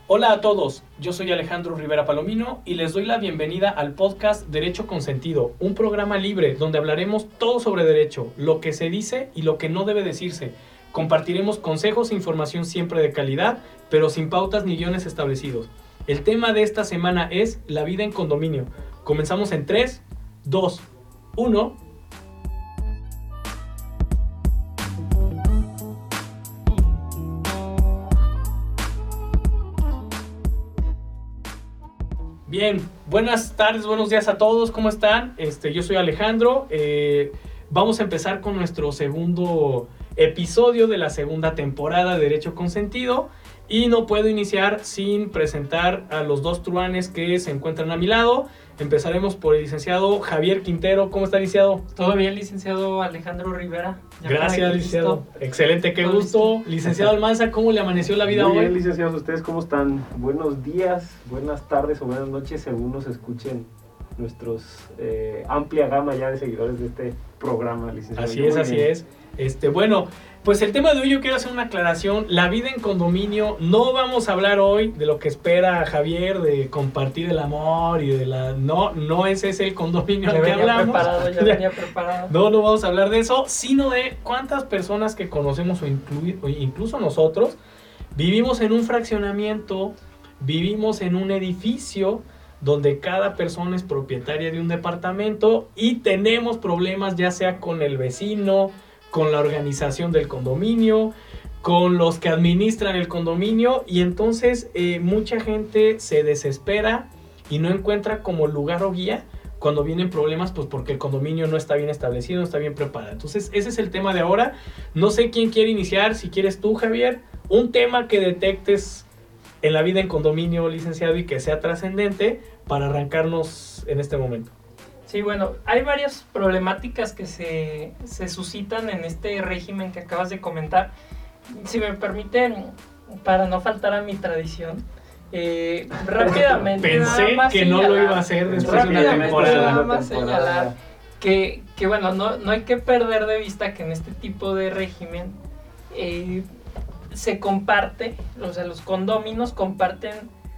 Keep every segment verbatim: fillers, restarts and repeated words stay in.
Hola a todos, yo soy Alejandro Rivera Palomino y les doy la bienvenida al podcast Derecho con Sentido, un programa libre donde hablaremos todo sobre derecho, lo que se dice y lo que no debe decirse. Compartiremos consejos e información siempre de calidad, pero sin pautas ni guiones establecidos. El tema de esta semana es la vida en condominio. Comenzamos en tres, dos, uno... Bien, buenas tardes, buenos días a todos, ¿cómo están? Este, yo soy Alejandro, eh, vamos a empezar con nuestro segundo episodio de la segunda temporada de Derecho con Sentido y no puedo iniciar sin presentar a los dos truanes que se encuentran a mi lado. Empezaremos por el licenciado Javier Quintero. ¿Cómo está, licenciado? Todo bien, licenciado Alejandro Rivera. Ya Gracias, licenciado. Listo. Excelente, qué Todo gusto. Listo. Licenciado Almanza, ¿cómo le amaneció la vida Muy hoy? Muy bien, licenciados. ¿Ustedes cómo están? Buenos días, buenas tardes o buenas noches, según nos escuchen nuestros eh, amplia gama ya de seguidores de este programa, licenciado. Así es, así es. Este, bueno, pues el tema de hoy yo quiero hacer una aclaración. La vida en condominio, no vamos a hablar hoy de lo que espera Javier, de compartir el amor y de la... No, no ese es el condominio al que hablamos. Preparado, ya venía preparado. No, no vamos a hablar de eso, sino de cuántas personas que conocemos o, inclu- o incluso nosotros vivimos en un fraccionamiento, vivimos en un edificio donde cada persona es propietaria de un departamento y tenemos problemas ya sea con el vecino, con la organización del condominio, con los que administran el condominio, y entonces eh, mucha gente se desespera y no encuentra como lugar o guía cuando vienen problemas, pues porque el condominio no está bien establecido, no está bien preparado. Entonces ese es el tema de ahora. No sé quién quiere iniciar, si quieres tú, Javier, un tema que detectes en la vida en condominio, licenciado, y que sea trascendente para arrancarnos en este momento. Sí, bueno, hay varias problemáticas que se, se suscitan en este régimen que acabas de comentar. Si me permiten, para no faltar a mi tradición, eh, rápidamente... Pensé que señalar, no lo iba a hacer después de una temporada. Nada más señalar que, que bueno, no, no hay que perder de vista que en este tipo de régimen eh, se comparte, o sea, los condóminos comparten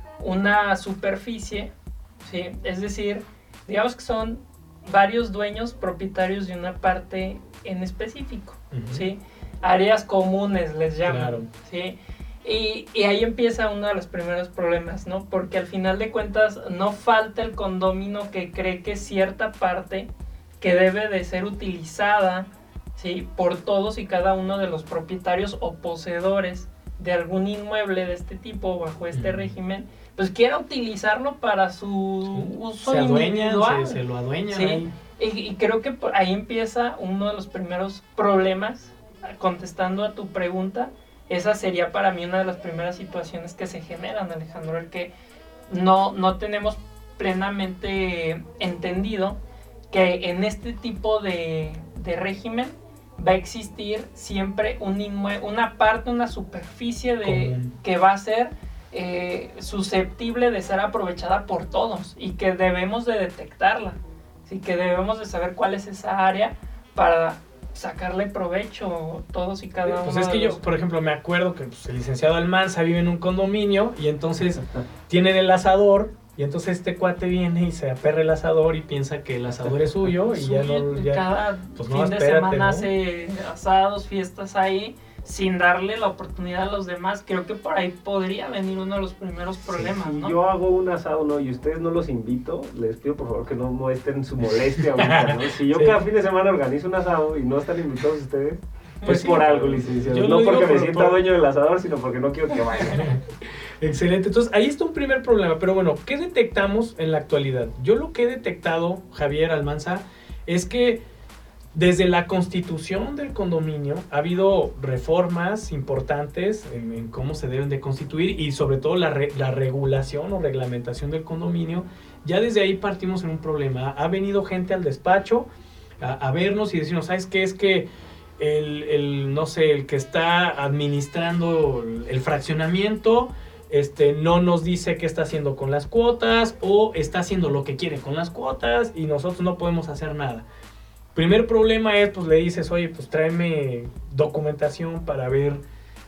una superficie, ¿sí? Es decir, digamos que son varios dueños propietarios de una parte en específico, uh-huh. ¿sí? Áreas comunes les llaman, claro. ¿sí? Y, y ahí empieza uno de los primeros problemas, ¿no? Porque al final de cuentas no falta el condomino que cree que cierta parte que debe de ser utilizada, ¿sí? Por todos y cada uno de los propietarios o poseedores de algún inmueble de este tipo bajo este uh-huh. régimen, pues quiera utilizarlo para su sí, uso se adueñan, individual. Se, se lo adueñan. ¿Sí? Ahí. Y, y creo que por ahí empieza uno de los primeros problemas, contestando a tu pregunta. Esa sería para mí una de las primeras situaciones que se generan, Alejandro, el que no, no tenemos plenamente entendido que en este tipo de, de régimen va a existir siempre un inmue- una parte, una superficie de, que va a ser eh, susceptible de ser aprovechada por todos y que debemos de detectarla, ¿sí? Que debemos de saber cuál es esa área para sacarle provecho todos y cada pues uno. Es que de los... yo, por ejemplo, me acuerdo que pues, el licenciado Almanza vive en un condominio y entonces tienen el asador. Y entonces este cuate viene y se aperra el asador y piensa que el asador es suyo y ya no... Ya, cada pues fin no, de espérate, semana ¿no? hace asados, fiestas ahí, sin darle la oportunidad a los demás. Creo que por ahí podría venir uno de los primeros problemas, sí, ¿no? Yo hago un asado, ¿no? Y ustedes no los invito, les pido por favor que no muestren su molestia ahorita, ¿no? Si yo sí. cada fin de semana organizo un asado y no están invitados ustedes, pues sí, por algo, licenciado. No porque me por, sienta por... dueño del asador, sino porque no quiero que vayan. Excelente, entonces ahí está un primer problema, pero bueno, ¿qué detectamos en la actualidad? Yo lo que he detectado, Javier Almanza, es que desde la constitución del condominio ha habido reformas importantes en, en cómo se deben de constituir y sobre todo la, re, la regulación o reglamentación del condominio. Ya desde ahí partimos en un problema. Ha venido gente al despacho a, a vernos y decirnos, ¿sabes qué? Es que el, el, no sé, el que está administrando el fraccionamiento... Este, no nos dice qué está haciendo con las cuotas o está haciendo lo que quiere con las cuotas y nosotros no podemos hacer nada. Primer problema es, pues le dices, oye, pues tráeme documentación para ver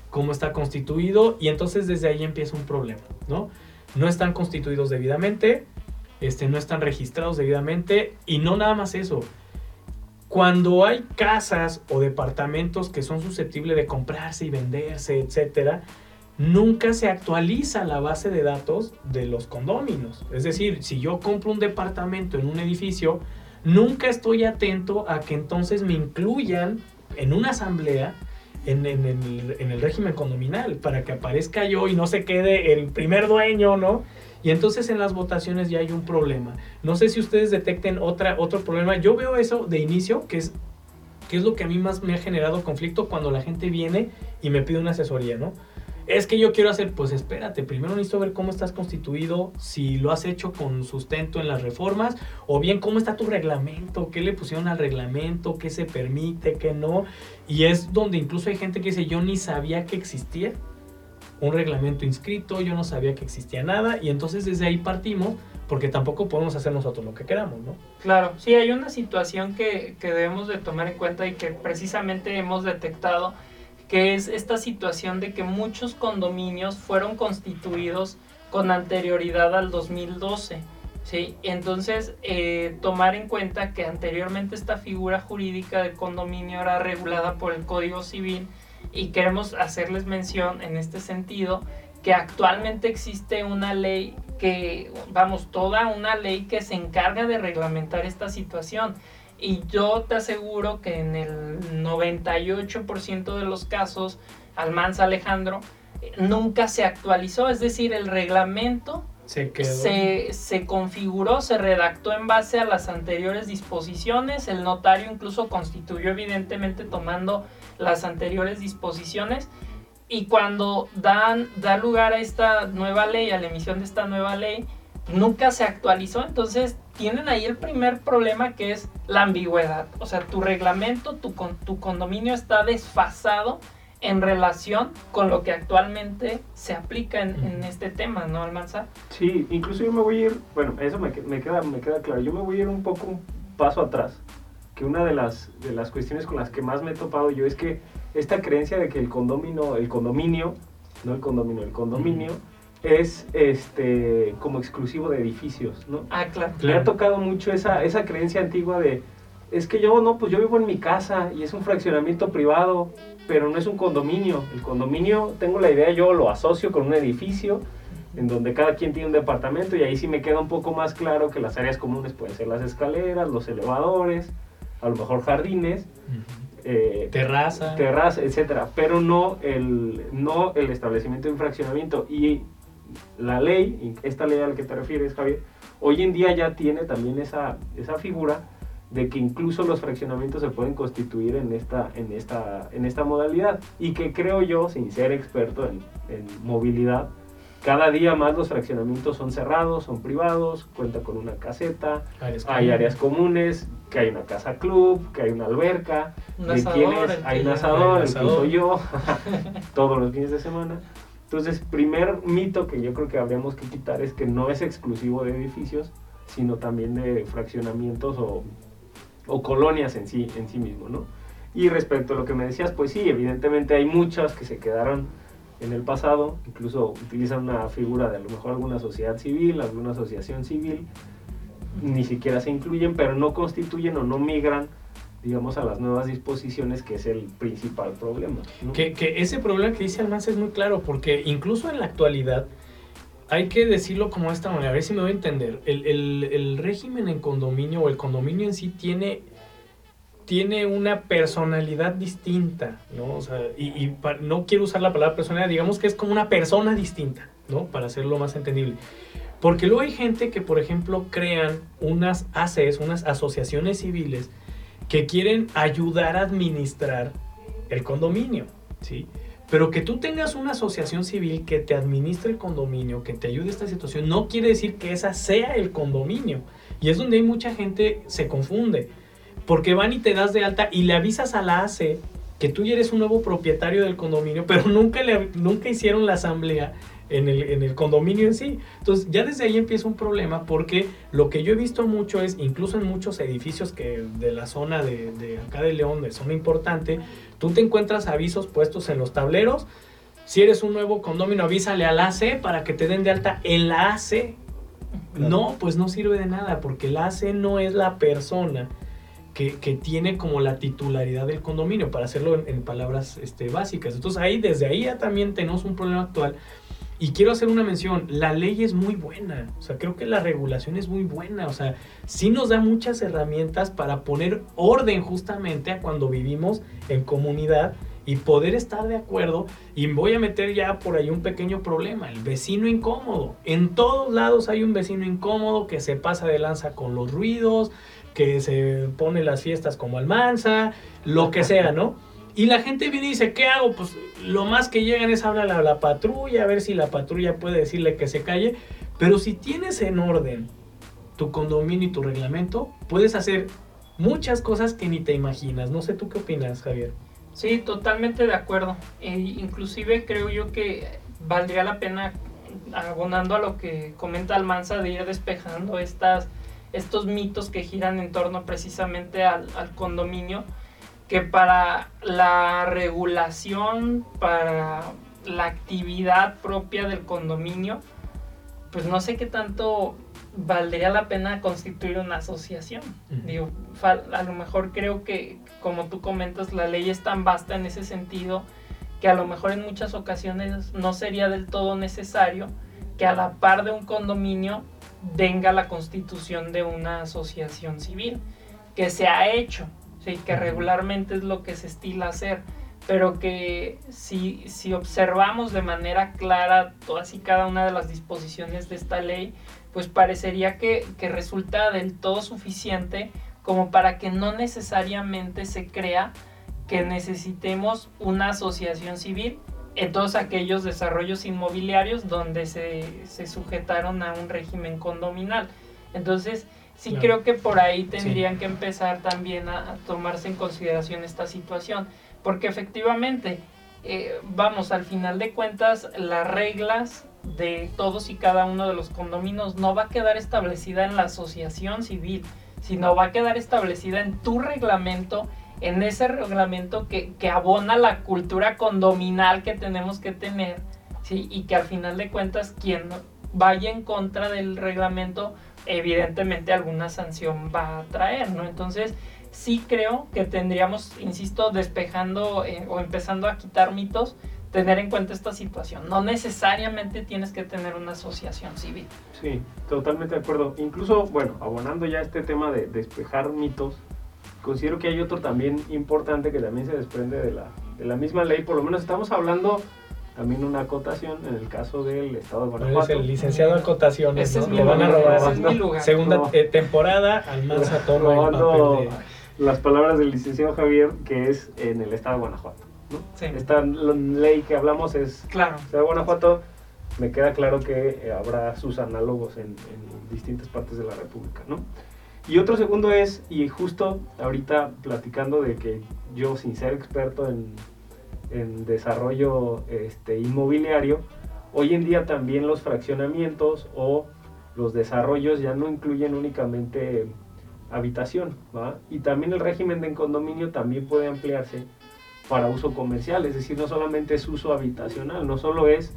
cómo está constituido, y entonces desde ahí empieza un problema, ¿no? No están constituidos debidamente, este, no están registrados debidamente, y no nada más eso. Cuando hay casas o departamentos que son susceptibles de comprarse y venderse, etcétera, nunca se actualiza la base de datos de los condóminos. Es decir, si yo compro un departamento en un edificio, nunca estoy atento a que entonces me incluyan en una asamblea en, en, en, el, en el régimen condominal, para que aparezca yo y no se quede el primer dueño, ¿no? Y entonces en las votaciones ya hay un problema. No sé si ustedes detecten otra, otro problema. Yo veo eso de inicio, que es, que es lo que a mí más me ha generado conflicto cuando la gente viene y me pide una asesoría, ¿no? Es que yo quiero hacer, pues espérate, primero necesito ver cómo estás constituido, si lo has hecho con sustento en las reformas, o bien cómo está tu reglamento, qué le pusieron al reglamento, qué se permite, qué no. Y es donde incluso hay gente que dice, yo ni sabía que existía un reglamento inscrito, yo no sabía que existía nada, y entonces desde ahí partimos, porque tampoco podemos hacer nosotros lo que queramos, ¿no? Claro, sí, hay una situación que, que debemos de tomar en cuenta y que precisamente hemos detectado, que es esta situación de que muchos condominios fueron constituidos con anterioridad al dos mil doce, ¿sí? Entonces, eh, tomar en cuenta que anteriormente esta figura jurídica de condominio era regulada por el Código Civil, y queremos hacerles mención en este sentido que actualmente existe una ley que, vamos, toda una ley que se encarga de reglamentar esta situación. Y yo te aseguro que en el noventa y ocho por ciento de los casos, Almanza Alejandro, nunca se actualizó. Es decir, el reglamento se, quedó. se, se configuró, se redactó en base a las anteriores disposiciones. El notario incluso constituyó evidentemente tomando las anteriores disposiciones. Y cuando dan, da lugar a esta nueva ley, a la emisión de esta nueva ley, nunca se actualizó. Entonces tienen ahí el primer problema, que es la ambigüedad. O sea, tu reglamento, tu, tu condominio está desfasado en relación con lo que actualmente se aplica en, en este tema, ¿no, Almanza? Sí, incluso yo me voy a ir, bueno, eso me, me, queda, me queda claro, yo me voy a ir un poco un paso atrás, que una de las, de las cuestiones con las que más me he topado yo es que esta creencia de que el condominio, el condominio, no el condominio, el condominio, es este como exclusivo de edificios, ¿no? Ah, claro. Me ha tocado mucho esa, esa creencia antigua de, es que yo, no, pues yo vivo en mi casa y es un fraccionamiento privado, pero no es un condominio. El condominio, tengo la idea, yo lo asocio con un edificio en donde cada quien tiene un departamento, y ahí sí me queda un poco más claro que las áreas comunes pueden ser las escaleras, los elevadores, a lo mejor jardines, Uh-huh. eh, terraza, terraza, etcétera, pero no el, no el establecimiento de un fraccionamiento. Y la ley, esta ley a la que te refieres, Javier, hoy en día ya tiene también esa, esa figura de que incluso los fraccionamientos se pueden constituir en esta, en esta, en esta modalidad, y que creo yo, sin ser experto en, en movilidad, cada día más los fraccionamientos son cerrados, son privados, cuenta con una caseta, áreas hay áreas comunes, que hay una casa club, que hay una alberca, Un que asador, tienes, hay un asador, hay un incluso asador. yo, todos los fines de semana. Entonces, primer mito que yo creo que habríamos que quitar es que no es exclusivo de edificios, sino también de fraccionamientos o, o colonias en sí, en sí mismo, ¿no? Y respecto a lo que me decías, pues sí, evidentemente hay muchas que se quedaron en el pasado, incluso utilizan una figura de a lo mejor alguna sociedad civil, alguna asociación civil, ni siquiera se incluyen, pero no constituyen o no migran, digamos, a las nuevas disposiciones, que es el principal problema, ¿no? Que, que ese problema que dice Almanza es muy claro, porque incluso en la actualidad, hay que decirlo como de esta manera, a ver si me voy a entender, el, el, el régimen en condominio o el condominio en sí tiene, tiene una personalidad distinta, ¿no? O sea, y, y pa, no quiero usar la palabra personalidad, digamos que es como una persona distinta, ¿no? Para hacerlo más entendible. Porque luego hay gente que, por ejemplo, crean unas A C Es, unas asociaciones civiles, que quieren ayudar a administrar el condominio, ¿sí? Pero que tú tengas una asociación civil que te administre el condominio, que te ayude a esta situación, no quiere decir que esa sea el condominio. Y es donde hay mucha gente se confunde, porque van y te das de alta y le avisas a la A C E que tú ya eres un nuevo propietario del condominio, pero nunca, le, nunca hicieron la asamblea en el, en el condominio en sí. Entonces ya desde ahí empieza un problema, porque lo que yo he visto mucho es, incluso en muchos edificios que de la zona de, de acá de León, de zona importante, tú te encuentras avisos puestos en los tableros Si eres un nuevo condominio, avísale al A C para que te den de alta el A C. Claro. No, pues no sirve de nada, porque el A C no es la persona que, que tiene como la titularidad del condominio, para hacerlo en, en palabras este, básicas. Entonces ahí, desde ahí ya también tenemos un problema actual. Y quiero hacer una mención, la ley es muy buena, o sea, creo que la regulación es muy buena, o sea, sí nos da muchas herramientas para poner orden justamente a cuando vivimos en comunidad y poder estar de acuerdo. Y voy a meter ya por ahí un pequeño problema, el vecino incómodo. En todos lados hay un vecino incómodo que se pasa de lanza con los ruidos, que se pone las fiestas como Almanza, lo que sea, ¿no? Y la gente viene y dice, ¿qué hago? Pues lo más que llegan es hablar a la patrulla, a ver si la patrulla puede decirle que se calle. Pero si tienes en orden tu condominio y tu reglamento, puedes hacer muchas cosas que ni te imaginas. No sé, ¿tú qué opinas, Javier? Sí, totalmente de acuerdo. E inclusive creo yo que valdría la pena, abonando a lo que comenta Almanza, de ir despejando estas, estos mitos que giran en torno precisamente al, al condominio, que para la regulación, para la actividad propia del condominio, pues no sé qué tanto valdría la pena constituir una asociación. Uh-huh. Digo, a lo mejor creo que, como tú comentas, la ley es tan vasta en ese sentido que a lo mejor en muchas ocasiones no sería del todo necesario que a la par de un condominio venga la constitución de una asociación civil, que se ha hecho. Sí, que regularmente es lo que se estila hacer, pero que si, si observamos de manera clara todas y cada una de las disposiciones de esta ley, pues parecería que, que resulta del todo suficiente como para que no necesariamente se crea que necesitemos una asociación civil en todos aquellos desarrollos inmobiliarios donde se, se sujetaron a un régimen condominal. Entonces, sí, claro, creo que por ahí tendrían sí. que empezar también a, a tomarse en consideración esta situación, porque efectivamente, eh, vamos, al final de cuentas, las reglas de todos y cada uno de los condominios no va a quedar establecida en la asociación civil, sino va a quedar establecida en tu reglamento, en ese reglamento que, que abona la cultura condominal que tenemos que tener, ¿sí? Y que al final de cuentas, quien vaya en contra del reglamento, evidentemente alguna sanción va a traer, ¿no? Entonces sí creo que tendríamos, insisto, despejando eh, o empezando a quitar mitos, tener en cuenta esta situación. No necesariamente tienes que tener una asociación civil. Sí, totalmente de acuerdo. Incluso, bueno, abonando ya este tema de despejar mitos, considero que hay otro también importante que también se desprende de la, de la misma ley. Por lo menos estamos hablando también una acotación en el caso del estado de Guanajuato. Es el licenciado acotaciones, ese ¿no? Es mi Le van a robar. Ese es mi lugar. Segunda no. eh, temporada, Almanza toma el papel de... las palabras del licenciado Javier, que es en el estado de Guanajuato, ¿no? Sí. Esta ley que hablamos es claro. el estado de Guanajuato. Me queda claro que eh, habrá sus análogos en, en distintas partes de la República, ¿no? Y otro segundo es, y justo ahorita platicando de que yo, sin ser experto en en desarrollo este, inmobiliario, hoy en día también los fraccionamientos o los desarrollos ya no incluyen únicamente habitación, ¿va? Y también el régimen de condominio también puede ampliarse para uso comercial, es decir, no solamente es uso habitacional, no solo es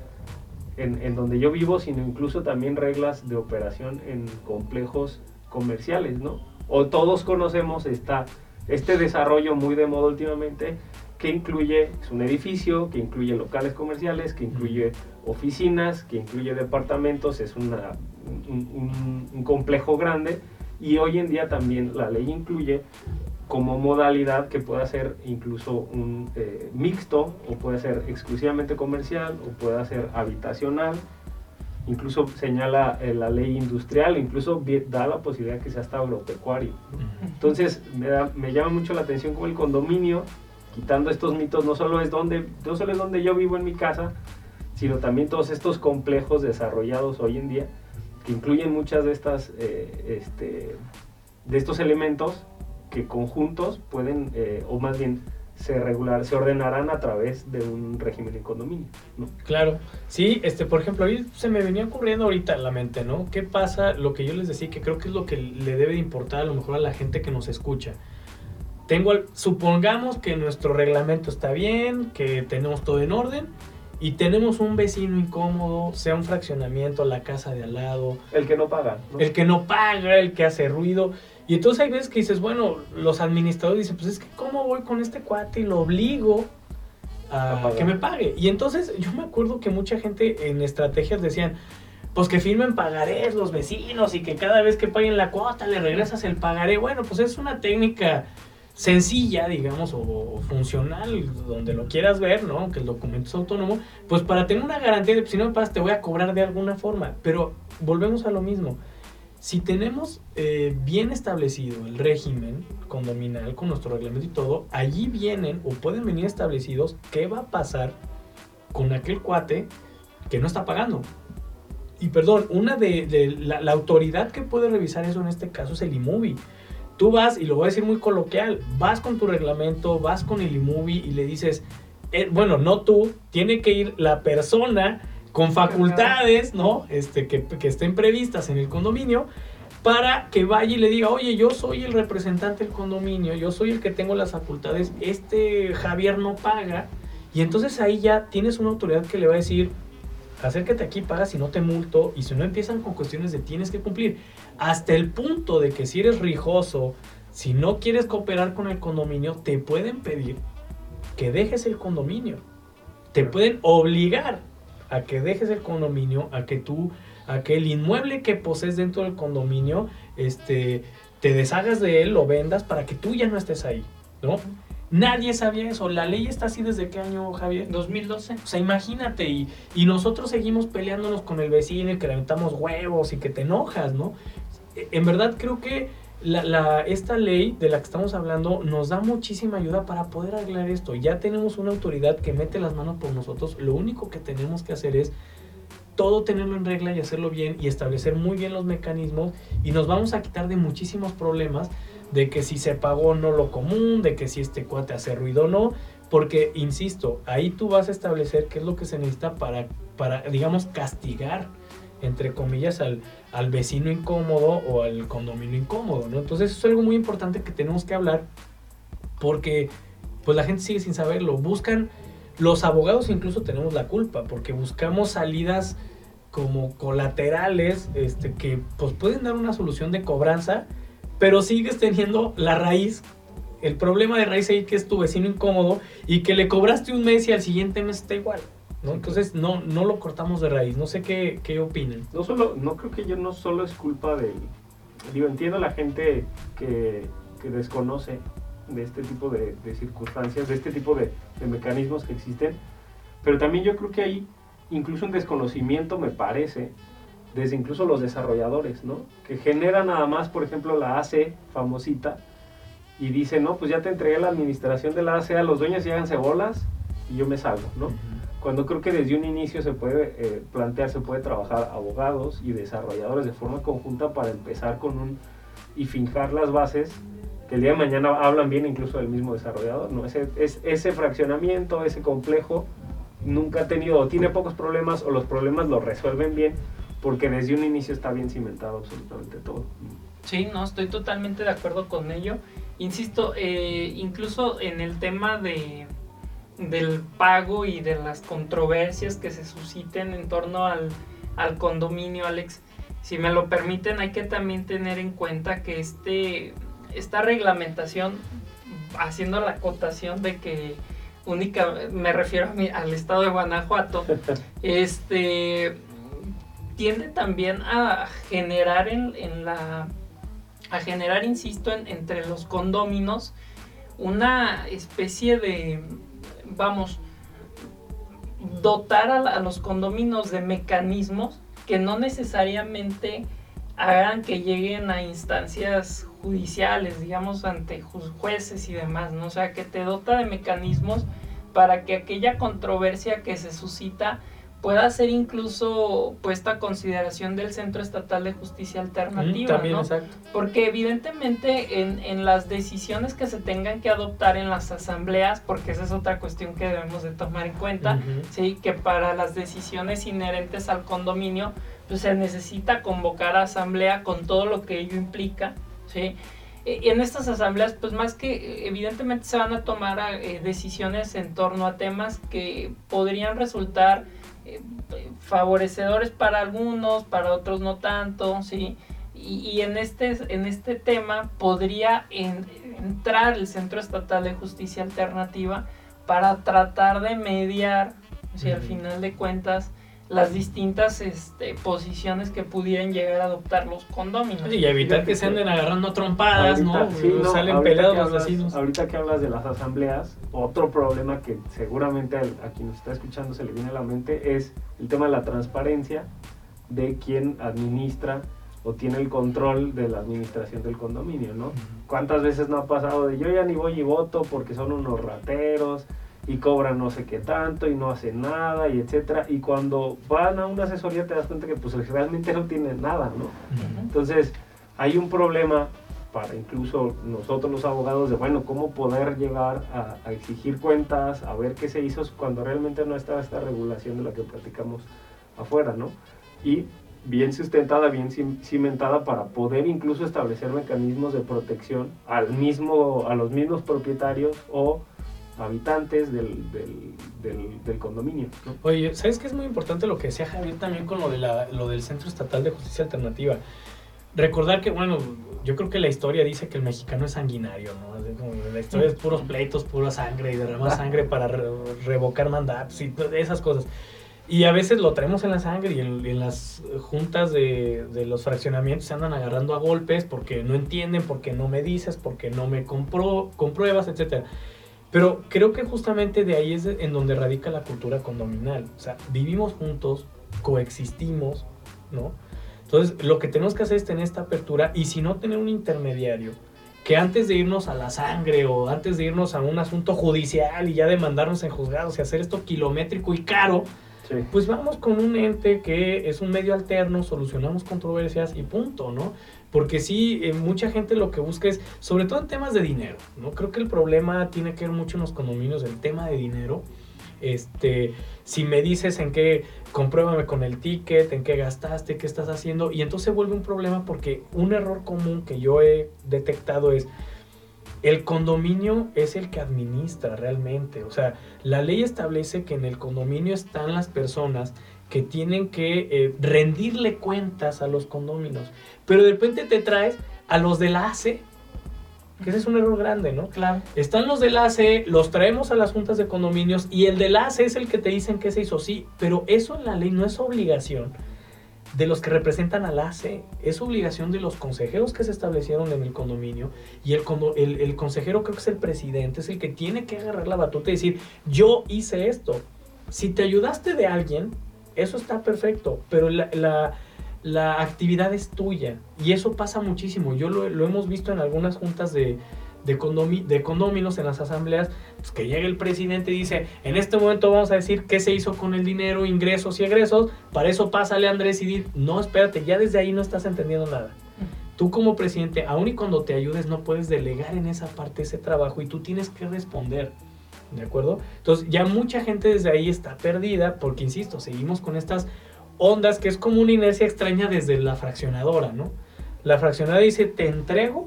en, en donde yo vivo, sino incluso también reglas de operación en complejos comerciales, ¿no? O todos conocemos esta, este desarrollo muy de moda últimamente, que incluye, es un edificio, que incluye locales comerciales, que incluye oficinas, que incluye departamentos, es una, un, un, un complejo grande, y hoy en día también la ley incluye como modalidad que pueda ser incluso un eh, mixto, o puede ser exclusivamente comercial, o puede ser habitacional, incluso señala eh, la ley industrial, incluso da la posibilidad que sea hasta agropecuario. Entonces me, da, me llama mucho la atención como el condominio, quitando estos mitos, no solo es donde, no solo es donde yo vivo en mi casa, sino también todos estos complejos desarrollados hoy en día, que incluyen muchas de estas eh, este, de estos elementos que conjuntos pueden, eh, o más bien se regular, se ordenarán a través de un régimen en condominio, ¿no? Claro, sí, este, por ejemplo, ahí se me venía ocurriendo ahorita en la mente, ¿no? ¿Qué pasa? Lo que yo les decía, que creo que es lo que le debe de importar a lo mejor a la gente que nos escucha. Tengo, supongamos que nuestro reglamento está bien, que tenemos todo en orden, y tenemos un vecino incómodo, sea un fraccionamiento, la casa de al lado. El que no paga, ¿no? El que no paga, el que hace ruido. Y entonces hay veces que dices, bueno, los administradores dicen, pues es que ¿cómo voy con este cuate y lo obligo a, a que me pague? Y entonces yo me acuerdo que mucha gente en estrategias decían, pues que firmen pagarés los vecinos y que cada vez que paguen la cuota le regresas el pagaré. Bueno, pues es una técnica sencilla, digamos, o funcional, donde lo quieras ver, ¿no? Aunque el documento es autónomo, pues para tener una garantía de, pues, si no me pagas te voy a cobrar de alguna forma. Pero volvemos a lo mismo. Si tenemos eh, bien establecido el régimen condominal con nuestro reglamento y todo, allí vienen o pueden venir establecidos qué va a pasar con aquel cuate que no está pagando. Y perdón, una de, de la, la autoridad que puede revisar eso en este caso es el IMUBI. Tú vas, y lo voy a decir muy coloquial, vas con tu reglamento, vas con el IMUBI y le dices, eh, bueno, no tú, tiene que ir la persona con facultades, ¿no? Este, que, que estén previstas en el condominio, para que vaya y le diga, oye, yo soy el representante del condominio, yo soy el que tengo las facultades, este Javier no paga, y entonces ahí ya tienes una autoridad que le va a decir, acércate aquí, paga si no te multo, y si no empiezan con cuestiones de tienes que cumplir, hasta el punto de que si eres rijoso, si no quieres cooperar con el condominio, te pueden pedir que dejes el condominio, te pueden obligar a que dejes el condominio, a que tú, a que el inmueble que posees dentro del condominio, este, te deshagas de él, lo vendas para que tú ya no estés ahí, ¿no? Nadie sabía eso. La ley está así ¿desde qué año, Javier? dos mil doce. O sea, imagínate, y, y nosotros seguimos peleándonos con el vecino y que le aventamos huevos y que te enojas, ¿no? En verdad creo que la, la, esta ley de la que estamos hablando nos da muchísima ayuda para poder arreglar esto. Ya tenemos una autoridad que mete las manos por nosotros. Lo único que tenemos que hacer es todo tenerlo en regla y hacerlo bien y establecer muy bien los mecanismos, y nos vamos a quitar de muchísimos problemas de que si se pagó no lo común, de que si este cuate hace ruido o no, porque, insisto, ahí tú vas a establecer qué es lo que se necesita para, para digamos, castigar, entre comillas, al, al vecino incómodo o al condominio incómodo, ¿no? Entonces eso es algo muy importante que tenemos que hablar, porque pues la gente sigue sin saberlo. Buscan, los abogados incluso tenemos la culpa, porque buscamos salidas como colaterales, este, que pues pueden dar una solución de cobranza, pero sigues teniendo la raíz, el problema de raíz ahí, que es tu vecino incómodo y que le cobraste un mes y al siguiente mes está igual, ¿no? Entonces no, no lo cortamos de raíz. No sé qué, qué opinan. No solo, no creo que yo no solo es culpa del, digo, entiendo la gente que, que desconoce de este tipo de, de circunstancias, de este tipo de, de mecanismos que existen, pero también yo creo que hay incluso un desconocimiento, me parece, desde incluso los desarrolladores, ¿no? Que generan nada más, por ejemplo, la A C famosita, y dicen, no, pues ya te entregué la administración de la A C a los dueños y háganse bolas, y yo me salgo, ¿no? Uh-huh. Cuando creo que desde un inicio se puede eh, plantear, se puede trabajar abogados y desarrolladores de forma conjunta para empezar con un, y fijar las bases, que el día de mañana hablan bien incluso del mismo desarrollador, ¿no? Ese, es, ese fraccionamiento, ese complejo, nunca ha tenido, o tiene pocos problemas, o los problemas los resuelven bien, porque desde un inicio está bien cimentado absolutamente todo. Sí, no, estoy totalmente de acuerdo con ello. Insisto, eh, incluso en el tema de, del pago y de las controversias que se susciten en torno al, al condominio, Alex, si me lo permiten, hay que también tener en cuenta que este, esta reglamentación, haciendo la acotación de que única, me refiero a mi, al estado de Guanajuato, este... tiende también a generar en, en la a generar, insisto, en, entre los condóminos una especie de, vamos, dotar a, a los condóminos de mecanismos que no necesariamente hagan que lleguen a instancias judiciales, digamos, ante jueces y demás, ¿no? O sea, que te dota de mecanismos para que aquella controversia que se suscita pueda ser incluso puesta a consideración del Centro Estatal de Justicia Alternativa, mm, también, ¿no? Exacto. Porque evidentemente en, en las decisiones que se tengan que adoptar en las asambleas, porque esa es otra cuestión que debemos de tomar en cuenta, uh-huh. ¿sí? Que para las decisiones inherentes al condominio, pues se necesita convocar a asamblea con todo lo que ello implica, ¿sí? en estas asambleas, pues más que evidentemente se van a tomar eh, decisiones en torno a temas que podrían resultar eh, favorecedores para algunos, para otros no tanto, ¿sí? Y, y en, este, en este tema podría en, entrar el Centro Estatal de Justicia Alternativa para tratar de mediar, ¿sí? Uh-huh. Al final de cuentas, las distintas este, posiciones que pudieran llegar a adoptar los condóminos. Y evitar que se anden agarrando trompadas, ahorita, ¿no? Sí, no, salen peleados los hablas, vecinos. Ahorita que hablas de las asambleas, otro problema que seguramente a, a quien nos está escuchando se le viene a la mente es el tema de la transparencia de quien administra o tiene el control de la administración del condominio, ¿no? Uh-huh. ¿Cuántas veces no ha pasado de yo ya ni voy y voto porque son unos rateros y cobran no sé qué tanto y no hacen nada y etcétera, y cuando van a una asesoría te das cuenta que pues realmente no tienen nada, ¿no? Uh-huh. Entonces hay un problema para incluso nosotros los abogados de bueno, cómo poder llegar a, a exigir cuentas, a ver qué se hizo cuando realmente no estaba esta regulación de la que platicamos afuera, ¿no? Y bien sustentada, bien cimentada para poder incluso establecer mecanismos de protección al mismo, a los mismos propietarios o habitantes del, del, del, del condominio, ¿no? Oye, ¿sabes qué es muy importante lo que decía Javier también con lo, de la, lo del Centro Estatal de Justicia Alternativa? Recordar que, bueno, yo creo que la historia dice que el mexicano es sanguinario, ¿no? Como la historia es puros pleitos, pura sangre y derramar sangre para re, revocar mandatos y esas cosas. Y a veces lo traemos en la sangre y en, en las juntas de, de los fraccionamientos se andan agarrando a golpes porque no entienden, porque no me dices, porque no me compro, compruebas, etcétera. Pero creo que justamente de ahí es de, en donde radica la cultura condominal. O sea, vivimos juntos, coexistimos, ¿no? Entonces, lo que tenemos que hacer es tener esta apertura y si no tener un intermediario que antes de irnos a la sangre o antes de irnos a un asunto judicial y ya demandarnos en juzgados y hacer esto kilométrico y caro, sí. Pues vamos con un ente que es un medio alterno, solucionamos controversias y punto, ¿no? Porque sí, eh, mucha gente lo que busca es, sobre todo en temas de dinero, ¿no? Creo que el problema tiene que ver mucho en los condominios, el tema de dinero. Este, si me dices en qué, compruébame con el ticket, en qué gastaste, qué estás haciendo, y entonces se vuelve un problema porque un error común que yo he detectado es, el condominio es el que administra realmente, o sea, la ley establece que en el condominio están las personas que tienen que eh, rendirle cuentas a los condóminos, pero de repente te traes a los de la A C E, que ese es un error grande, ¿no? Claro. Están los del A C E, los traemos a las juntas de condominios y el del A C E es el que te dicen que se hizo, sí, pero eso en la ley no es obligación de los que representan al A C E, es obligación de los consejeros que se establecieron en el condominio y el, el, el consejero creo que es el presidente, es el que tiene que agarrar la batuta y decir, yo hice esto. Si te ayudaste de alguien, eso está perfecto, pero la... la la actividad es tuya y eso pasa muchísimo. Yo lo, lo hemos visto en algunas juntas de, de, condomi, de condóminos en las asambleas, pues que llega el presidente y dice, en este momento vamos a decir qué se hizo con el dinero, ingresos y egresos, para eso pásale a Andrés y dir, no, espérate, ya desde ahí no estás entendiendo nada. Tú como presidente, aun y cuando te ayudes, no puedes delegar en esa parte ese trabajo y tú tienes que responder, ¿de acuerdo? Entonces ya mucha gente desde ahí está perdida porque, insisto, seguimos con estas ondas que es como una inercia extraña desde la fraccionadora, ¿no? La fraccionadora dice, te entrego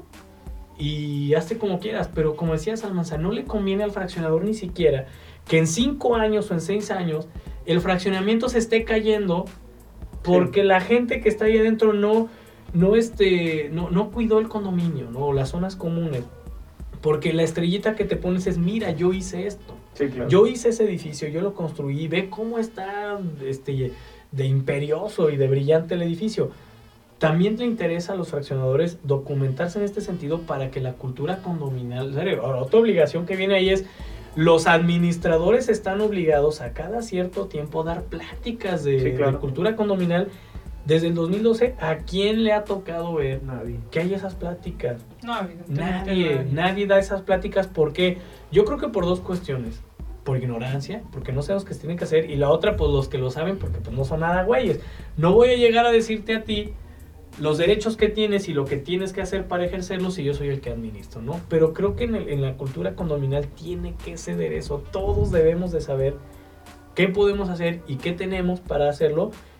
y hazte como quieras, pero como decía Salmanza, no le conviene al fraccionador ni siquiera que en cinco años o en seis años el fraccionamiento se esté cayendo porque sí. La gente que está ahí adentro no, no, este, no, no cuidó el condominio, ¿no? O las zonas comunes. Porque la estrellita que te pones es, mira, yo hice esto. Sí, claro. Yo hice ese edificio, yo lo construí, ve cómo está este, de imperioso y de brillante el edificio. También le interesa a los fraccionadores documentarse en este sentido para que la cultura condominal, ahora, otra obligación que viene ahí es, los administradores están obligados a cada cierto tiempo dar pláticas de, sí, claro. de cultura condominal. Desde el dos mil doce, ¿a quién le ha tocado ver nadie. que hay esas pláticas? No, nadie, nadie, nadie da esas pláticas. ¿Por qué? Yo creo que por dos cuestiones. Por ignorancia, porque no sabemos qué se tiene que hacer, y la otra, pues los que lo saben, porque pues no son nada güeyes. No voy a llegar a decirte a ti los derechos que tienes y lo que tienes que hacer para ejercerlos si yo soy el que administro, ¿no? Pero creo que en, el, en la cultura condominal tiene que ceder eso. Todos debemos de saber qué podemos hacer y qué tenemos para hacerlo.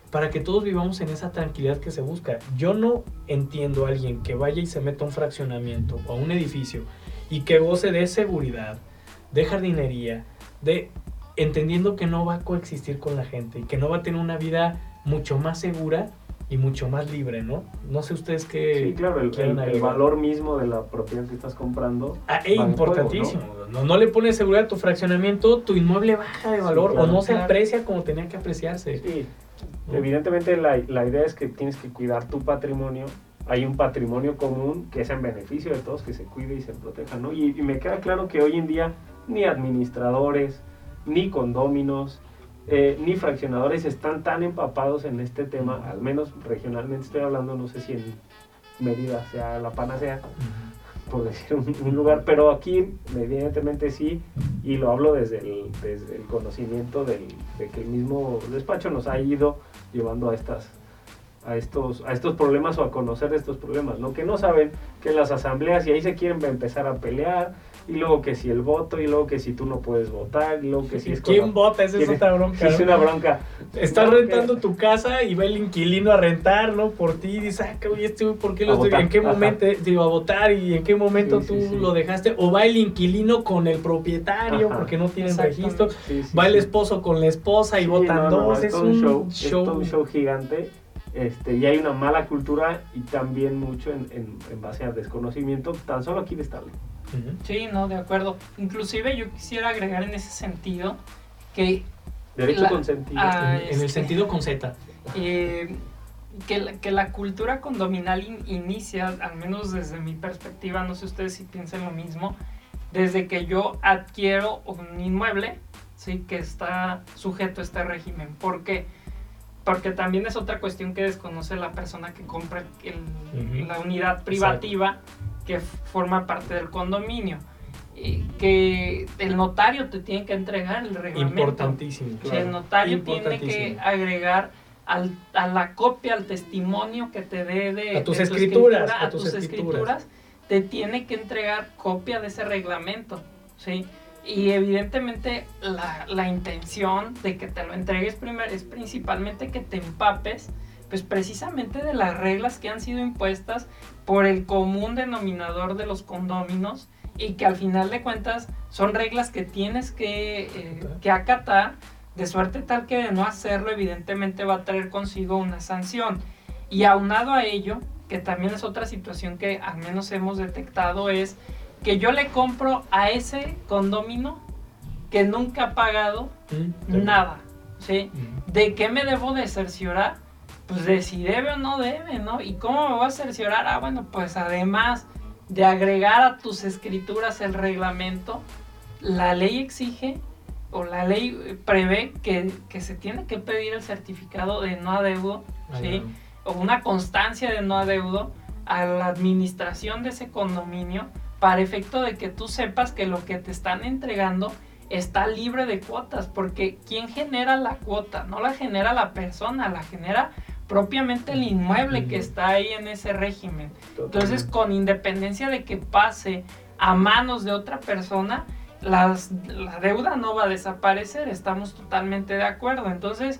para que todos vivamos en esa tranquilidad que se busca. Yo no entiendo a alguien que vaya y se meta a un fraccionamiento o a un edificio y que goce de seguridad, de jardinería, de entendiendo que no va a coexistir con la gente y que no va a tener una vida mucho más segura y mucho más libre, ¿no? No sé ustedes qué... Sí, claro, el, el, el valor mismo de la propiedad que estás comprando. Ah, es importantísimo. Juego, ¿no? No, no le pones seguridad a tu fraccionamiento, tu inmueble baja de valor, sí, claro, o no se claro. aprecia como tenía que apreciarse. Sí, ¿no? Evidentemente la, la idea es que tienes que cuidar tu patrimonio. Hay un patrimonio común que es en beneficio de todos, que se cuide y se proteja, ¿no? Y, y me queda claro que hoy en día ni administradores, ni condóminos, Eh, ni fraccionadores están tan empapados en este tema, al menos regionalmente estoy hablando, no sé si en Mérida sea la panacea, uh-huh. por decir un, un lugar, pero aquí evidentemente sí, y lo hablo desde el, desde el conocimiento del, de que el mismo despacho nos ha ido llevando a estas a estos, a estos problemas o a conocer estos problemas, ¿no? Que no saben que en las asambleas y ahí se quieren empezar a pelear, y luego que si el voto, y luego que si tú no puedes votar, y luego que si es... ¿Quién vota? Esa es otra bronca. Es una bronca. Estás no, rentando que... tu casa y va el inquilino a rentar, ¿no? Por ti, y dices, ah, oye, este, ¿por qué lo estoy? ¿En qué Ajá. momento digo a votar y en qué momento sí, tú sí, sí. lo dejaste? O va el inquilino con el propietario Ajá. porque no tienen registro, sí, sí, va sí. el esposo con la esposa y sí, votan no, no, dos, no, es, es un show, show. Es todo un show gigante. Este, y hay una mala cultura y también mucho en, en, en base al desconocimiento, tan solo aquí de estarle. Uh-huh. Sí, no, de acuerdo. Inclusive yo quisiera agregar en ese sentido que... Derecho la, consentido. Ah, en, este, en el sentido con Z. Eh, que, la, que la cultura condominal in, inicia, al menos desde mi perspectiva, no sé ustedes si piensan lo mismo, desde que yo adquiero un inmueble, ¿sí? Que está sujeto a este régimen. ¿Por qué? Porque también es otra cuestión que desconoce la persona que compra el, uh-huh. la unidad privativa. Exacto. Que forma parte del condominio. Eh, que el notario te tiene que entregar el reglamento. Importantísimo. Claro. O sea, el notario tiene que agregar al, a la copia, al testimonio que te dé de... A tus de escrituras. Escritura, a tus, tus escrituras, escrituras, te tiene que entregar copia de ese reglamento. ¿Sí? Y evidentemente la, la intención de que te lo entregues primero es principalmente que te empapes pues precisamente de las reglas que han sido impuestas por el común denominador de los condóminos y que al final de cuentas son reglas que tienes que, eh, que acatar, de suerte tal que de no hacerlo evidentemente va a traer consigo una sanción. Y aunado a ello, que también es otra situación que al menos hemos detectado, es que yo le compro a ese condómino que nunca ha pagado mm, nada, ¿sí? Mm. ¿De qué me debo de cerciorar? Pues de si debe o no debe, ¿no? ¿Y cómo me voy a cerciorar? Ah, bueno, pues además de agregar a tus escrituras el reglamento, la ley exige o la ley prevé que, que se tiene que pedir el certificado de no adeudo, ¿sí? O una constancia de no adeudo a la administración de ese condominio para efecto de que tú sepas que lo que te están entregando está libre de cuotas, porque ¿quién genera la cuota? No la genera la persona, la genera propiamente el inmueble que está ahí en ese régimen. Entonces, con independencia de que pase a manos de otra persona, las, la deuda no va a desaparecer, estamos totalmente de acuerdo. Entonces,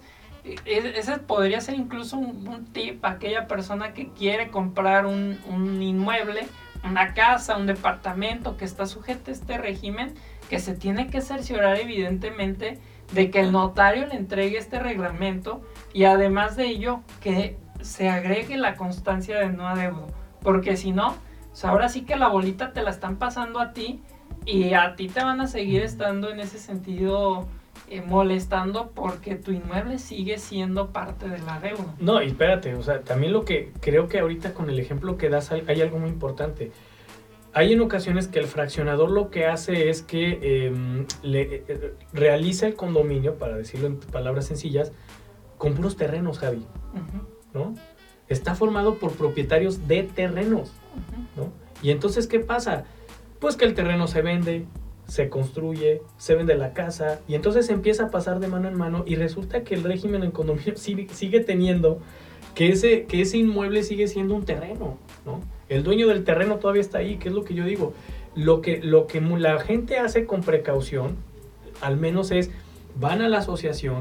ese podría ser incluso un, un tip a aquella persona que quiere comprar un, un inmueble, una casa, un departamento que está sujeto a este régimen, que se tiene que cerciorar evidentemente de que el notario le entregue este reglamento y además de ello que se agregue la constancia de no adeudo, porque si no, pues ahora sí que la bolita te la están pasando a ti y a ti te van a seguir estando en ese sentido eh, molestando porque tu inmueble sigue siendo parte de la deuda. No, y espérate, o sea, también lo que creo que ahorita con el ejemplo que das hay, hay algo muy importante. Hay en ocasiones que el fraccionador lo que hace es que eh, le, eh, realiza el condominio, para decirlo en palabras sencillas, con puros terrenos, Javi, uh-huh. ¿no? Está formado por propietarios de terrenos, uh-huh. ¿no? Y entonces, ¿qué pasa? Pues que el terreno se vende, se construye, se vende la casa, y entonces empieza a pasar de mano en mano, y resulta que el régimen en condominio sigue, sigue teniendo que ese, que ese inmueble sigue siendo un terreno, ¿no? El dueño del terreno todavía está ahí, que es lo que yo digo. Lo que, lo que la gente hace con precaución, al menos es, van a la asociación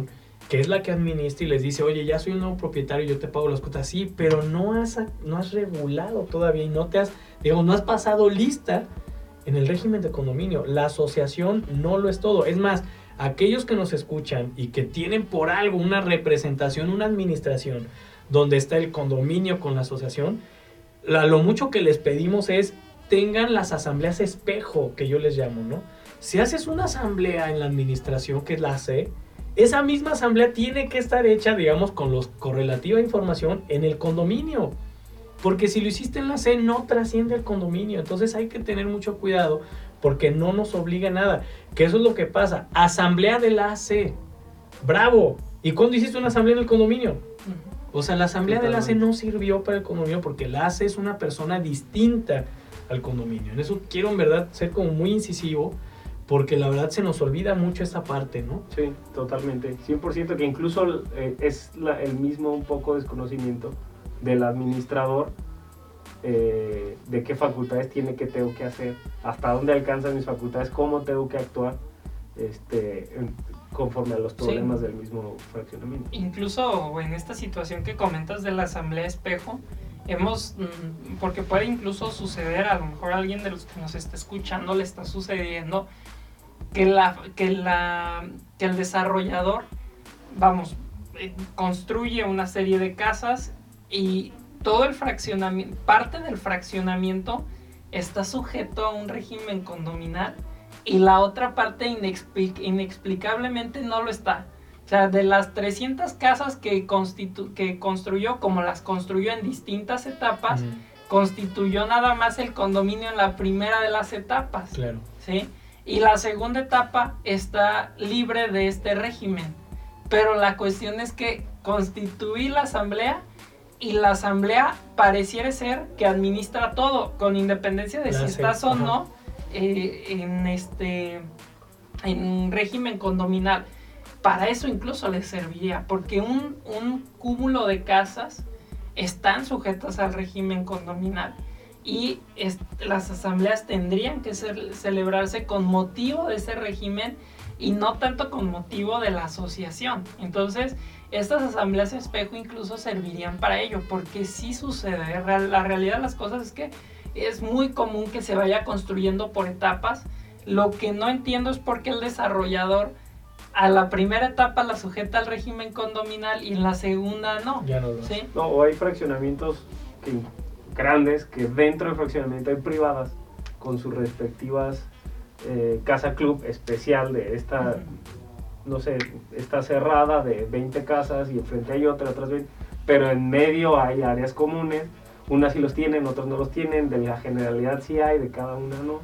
que es la que administra y les dice, oye, ya soy un nuevo propietario, yo te pago las cuotas, sí, pero no has, no has regulado todavía y no te has, digamos, no has pasado lista en el régimen de condominio. La asociación no lo es todo. Es más, aquellos que nos escuchan y que tienen por algo una representación, una administración, donde está el condominio con la asociación, la, lo mucho que les pedimos es tengan las asambleas espejo, que yo les llamo, ¿no? Si haces una asamblea en la administración, que es la A C, esa misma asamblea tiene que estar hecha, digamos, con los correlativa información en el condominio. Porque si lo hiciste en la C, no trasciende el condominio. Entonces hay que tener mucho cuidado porque no nos obliga a nada. Que eso es lo que pasa. Asamblea de la A C. ¡Bravo! ¿Y cuándo hiciste una asamblea en el condominio? O sea, la asamblea de la A C no sirvió para el condominio porque la A C es una persona distinta al condominio. En eso quiero en verdad ser como muy incisivo porque la verdad se nos olvida mucho esta parte, ¿no? Sí, totalmente. cien por ciento que incluso eh, es la, el mismo un poco desconocimiento del administrador eh, de qué facultades tiene, qué tengo que hacer, hasta dónde alcanzan mis facultades, cómo tengo que actuar este, en, conforme a los problemas sí. del mismo fraccionamiento. Incluso en esta situación que comentas de la asamblea espejo, hemos, porque puede incluso suceder, a lo mejor a alguien de los que nos está escuchando le está sucediendo que, la, que, la, que el desarrollador, vamos, construye una serie de casas y todo el fraccionamiento, parte del fraccionamiento está sujeto a un régimen condominal y la otra parte inexplic- inexplicablemente no lo está. O sea, de las trescientas casas que, constitu- que construyó, como las construyó en distintas etapas, uh-huh. constituyó nada más el condominio en la primera de las etapas. Claro. ¿Sí? Y la segunda etapa está libre de este régimen. Pero la cuestión es que constituí la asamblea y la asamblea pareciera ser que administra todo, con independencia de la si estás o no eh, en este en régimen condominal. Para eso incluso les serviría, porque un, un cúmulo de casas están sujetas al régimen condominal y es, las asambleas tendrían que ser, celebrarse con motivo de ese régimen y no tanto con motivo de la asociación. Entonces, estas asambleas espejo incluso servirían para ello, porque sí sucede. La realidad de las cosas es que es muy común que se vaya construyendo por etapas. Lo que no entiendo es por qué el desarrollador a la primera etapa la sujeta al régimen condominal y en la segunda no. Ya no lo ¿sí? No, o hay fraccionamientos que, grandes que dentro del fraccionamiento hay privadas con sus respectivas eh, casa club especial de esta, uh-huh. no sé, está cerrada de veinte casas y enfrente hay otra, otras veinte, pero en medio hay áreas comunes, unas sí los tienen, otras no los tienen, de la generalidad sí hay, de cada una no.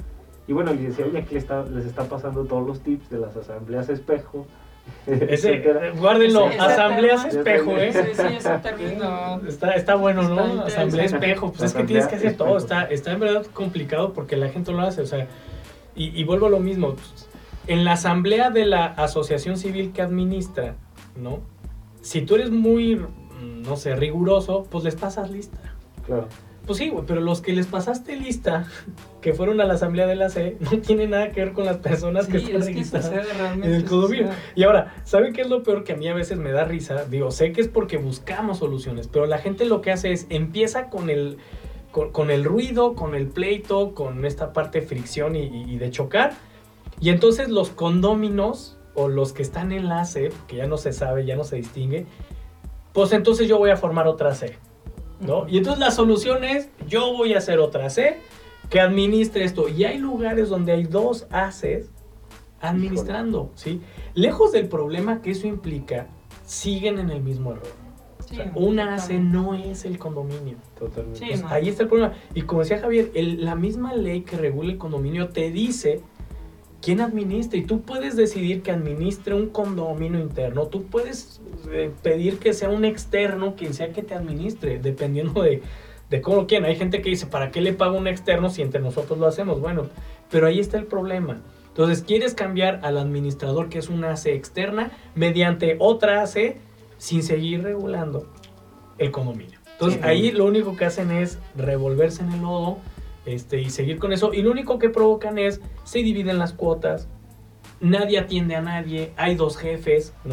Y bueno, les decía, oye, aquí está, les está pasando todos los tips de las asambleas espejo. Ese, guárdenlo, ese, asambleas ese espejo, ¿eh? Sí, sí, ese término. Está, está bueno, ¿no? Está Asamblea espejo. Pues Asamblea es que tienes que hacer espejo. todo. Está, está en verdad complicado porque la gente no lo hace. O sea, y, y vuelvo a lo mismo. En la asamblea de la asociación civil que administra, ¿no? Si tú eres muy, no sé, riguroso, pues les pasas lista. Claro. Pues sí, güey, pero los que les pasaste lista, que fueron a la asamblea de la C, no tiene nada que ver con las personas Sí, que están es que registradas sucede, realmente en el condominio. sucede. Y ahora, ¿saben qué es lo peor que a mí a veces me da risa? Digo, sé que es porque buscamos soluciones, pero la gente lo que hace es, empieza con el, con, con el ruido, con el pleito, con esta parte de fricción y, y, y de chocar, y entonces los condóminos, o los que están en la C, que ya no se sabe, ya no se distingue, pues entonces yo voy a formar otra C. ¿No? Y entonces la solución es, yo voy a hacer otra C que administre esto. Y hay lugares donde hay dos A Cs administrando, ¿sí? Lejos del problema que eso implica, siguen en el mismo error. Sí, o sea, una A C no es el condominio. Totalmente. Sí, Pues no. ahí está el problema. Y como decía Javier, el, la misma ley que regula el condominio te dice quién administra, y tú puedes decidir que administre un condominio interno, tú puedes eh, pedir que sea un externo quien sea que te administre, dependiendo de, de cómo lo quieran. Hay gente que dice, ¿para qué le pago un externo si entre nosotros lo hacemos? Bueno, pero ahí está el problema. Entonces, quieres cambiar al administrador, que es una A C externa, mediante otra A C, sin seguir regulando el condominio. Entonces, Sí. ahí lo único que hacen es revolverse en el lodo, Este, y seguir con eso, y lo único que provocan es, se dividen las cuotas, nadie atiende a nadie, hay dos jefes, ¿no?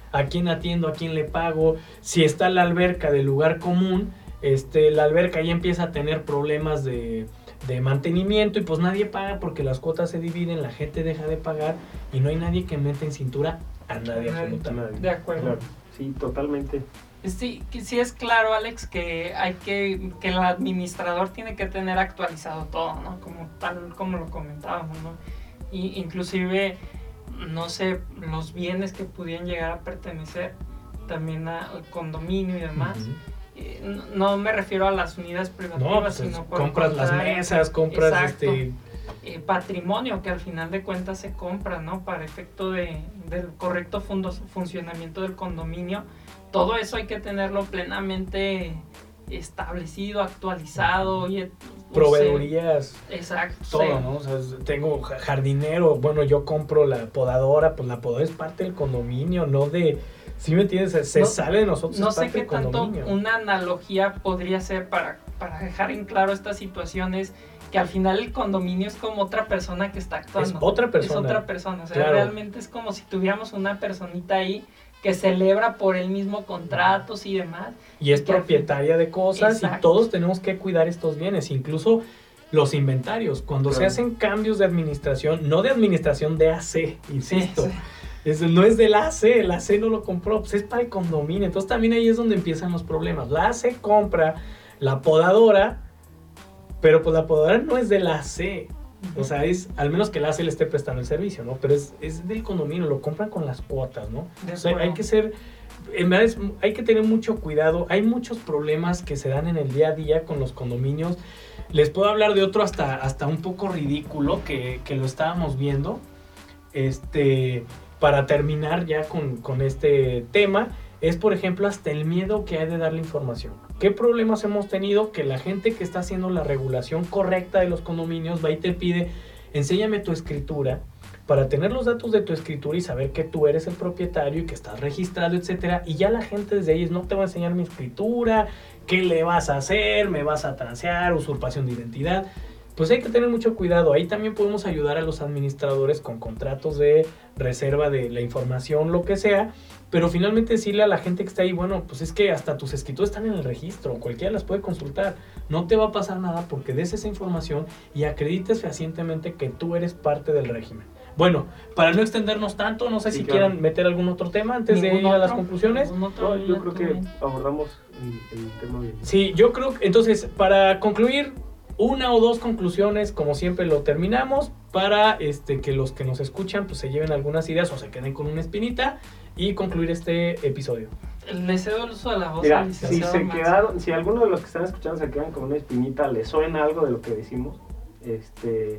¿A quién atiendo? ¿A quién le pago? Si está la alberca del lugar común, este, la alberca ya empieza a tener problemas de, de mantenimiento y pues nadie paga porque las cuotas se dividen, la gente deja de pagar y no hay nadie que meta en cintura a nadie, absolutamente. De acuerdo. Claro. Sí, totalmente. Sí, sí es claro, Alex, que hay que, que el administrador tiene que tener actualizado todo, ¿no? Como tal como lo comentábamos, ¿no? Y inclusive, no sé, los bienes que pudieran llegar a pertenecer también al condominio y demás. Uh-huh. eh, no, no me refiero a las unidades privativas, no, pues sino por compras las mesas, compras exacto, este eh, patrimonio que al final de cuentas se compra, ¿no? Para efecto de, del correcto fundo, funcionamiento del condominio. Todo eso hay que tenerlo plenamente establecido, actualizado. Y, proveedurías, o sea, exacto, todo, sí. ¿no? O sea, tengo jardinero, bueno, yo compro la podadora, pues la podadora es parte del condominio, no de, ¿sí me entiendes? Se, se no, sale de nosotros, no es parte sé qué del tanto condominio. Una analogía podría ser para, para dejar en claro estas situaciones, que al final el condominio es como otra persona que está actuando. Es otra persona. Es otra persona, o sea, claro. Realmente es como si tuviéramos una personita ahí que celebra por él mismo contratos y demás. Y es propietaria de cosas. Exacto. Y todos tenemos que cuidar estos bienes, incluso los inventarios. Cuando claro. se hacen cambios de administración, no de administración de A C, insisto. Sí, sí. Es, no es del A C, el A C no lo compró, pues es para el condominio. Entonces también ahí es donde empiezan los problemas. La A C compra la podadora, pero pues la podadora no es del A C. O sea, es, al menos que el A C le esté prestando el servicio, ¿no? Pero es, es del condominio, lo compran con las cuotas, ¿no? O sea, hay que ser, en verdad es, hay que tener mucho cuidado. Hay muchos problemas que se dan en el día a día con los condominios. Les puedo hablar de otro hasta, hasta un poco ridículo que, que lo estábamos viendo. Este, para terminar ya con, con este tema, es por ejemplo hasta el miedo que hay de darle información. ¿Qué problemas hemos tenido? Que la gente que está haciendo la regulación correcta de los condominios va y te pide, enséñame tu escritura, para tener los datos de tu escritura y saber que tú eres el propietario y que estás registrado, etcétera. Y ya la gente desde ahí es, no te va a enseñar mi escritura, ¿qué le vas a hacer? ¿Me vas a transear? ¿Usurpación de identidad? Pues hay que tener mucho cuidado. Ahí también podemos ayudar a los administradores con contratos de reserva de la información, lo que sea, pero finalmente decirle a la gente que está ahí, bueno, pues es que hasta tus escrituras están en el registro, cualquiera las puede consultar, no te va a pasar nada porque des esa información y acredites fehacientemente que tú eres parte del régimen. Bueno, para no extendernos tanto, no sé sí, si claro. quieran meter algún otro tema antes de ir a las conclusiones. No, yo creo que abordamos el, el tema bien. Sí, yo creo que, entonces, para concluir, una o dos conclusiones, como siempre lo terminamos, para este, que los que nos escuchan pues se lleven algunas ideas o se queden con una espinita y concluir este episodio. Le cedo el uso de la voz. Mira, si se quedaron, si alguno de los que están escuchando se quedan con una espinita, les suena algo de lo que decimos, este,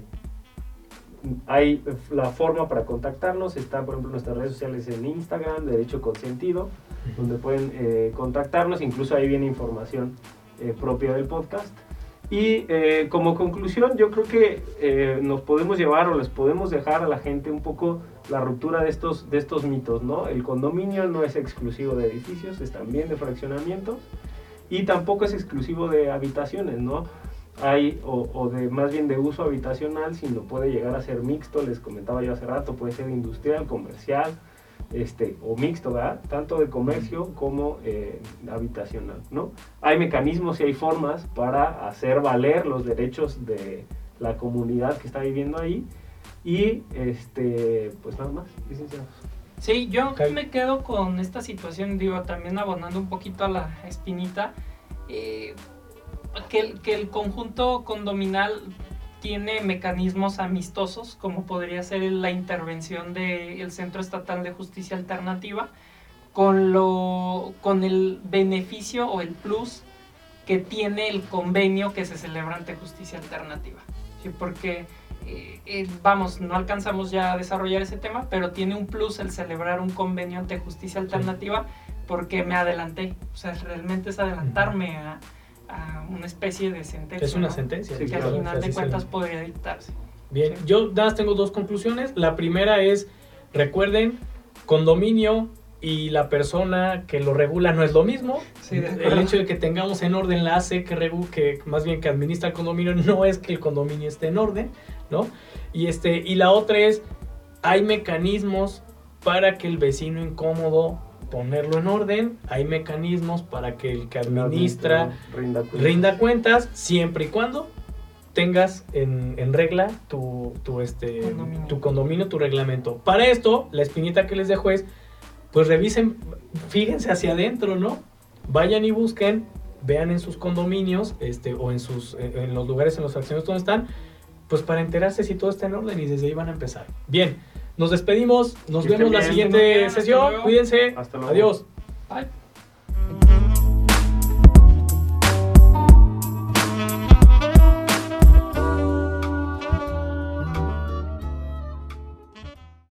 hay la forma para contactarnos, está por ejemplo nuestras redes sociales en Instagram, Derecho Consentido, uh-huh. donde pueden eh, contactarnos, incluso ahí viene información eh, propia del podcast. Y eh, como conclusión, yo creo que eh, nos podemos llevar o les podemos dejar a la gente un poco la ruptura de estos, de estos mitos, ¿no? El condominio no es exclusivo de edificios, es también de fraccionamientos y tampoco es exclusivo de habitaciones, ¿no? Hay, o, o de más bien de uso habitacional, sino puede llegar a ser mixto, les comentaba yo hace rato, puede ser industrial, comercial, este, o mixto, ¿verdad? Tanto de comercio como eh, habitacional, ¿no? Hay mecanismos y hay formas para hacer valer los derechos de la comunidad que está viviendo ahí y, este, pues nada más, licenciado. Sí, yo okay. me quedo con esta situación, digo, también abonando un poquito a la espinita, eh, que, el, que el conjunto condominal tiene mecanismos amistosos, como podría ser la intervención del Centro Estatal de Justicia Alternativa, con, lo, con el beneficio o el plus que tiene el convenio que se celebra ante Justicia Alternativa. ¿Sí? Porque, eh, eh, vamos, no alcanzamos ya a desarrollar ese tema, pero tiene un plus el celebrar un convenio ante Justicia Alternativa porque me adelanté. O sea, realmente es adelantarme a... a una especie de sentencia. Es una ¿no? sentencia. Que sí, al claro, final de cuentas se... podría dictarse. Bien, sí. yo nada más tengo dos conclusiones. La primera es, recuerden, condominio y la persona que lo regula no es lo mismo. Sí, el hecho de que tengamos en orden la A C que, regu- que más bien que administra el condominio no es que el condominio esté en orden, ¿no? Y, este, y la otra es, hay mecanismos para que el vecino incómodo ponerlo en orden, hay mecanismos para que el que administra rinda cuentas. rinda cuentas, siempre y cuando tengas en, en regla tu, tu, este, Condominio. tu condominio, tu reglamento. Para esto, la espinita que les dejo es, pues revisen, fíjense hacia adentro, ¿no? Vayan y busquen, vean en sus condominios, este, o en sus, en los lugares, en los fracciones donde están, pues para enterarse si todo está en orden y desde ahí van a empezar. Bien, nos despedimos, nos Que vemos estén la bien. siguiente Bien, hasta sesión, luego. cuídense, Hasta luego. adiós. Bye.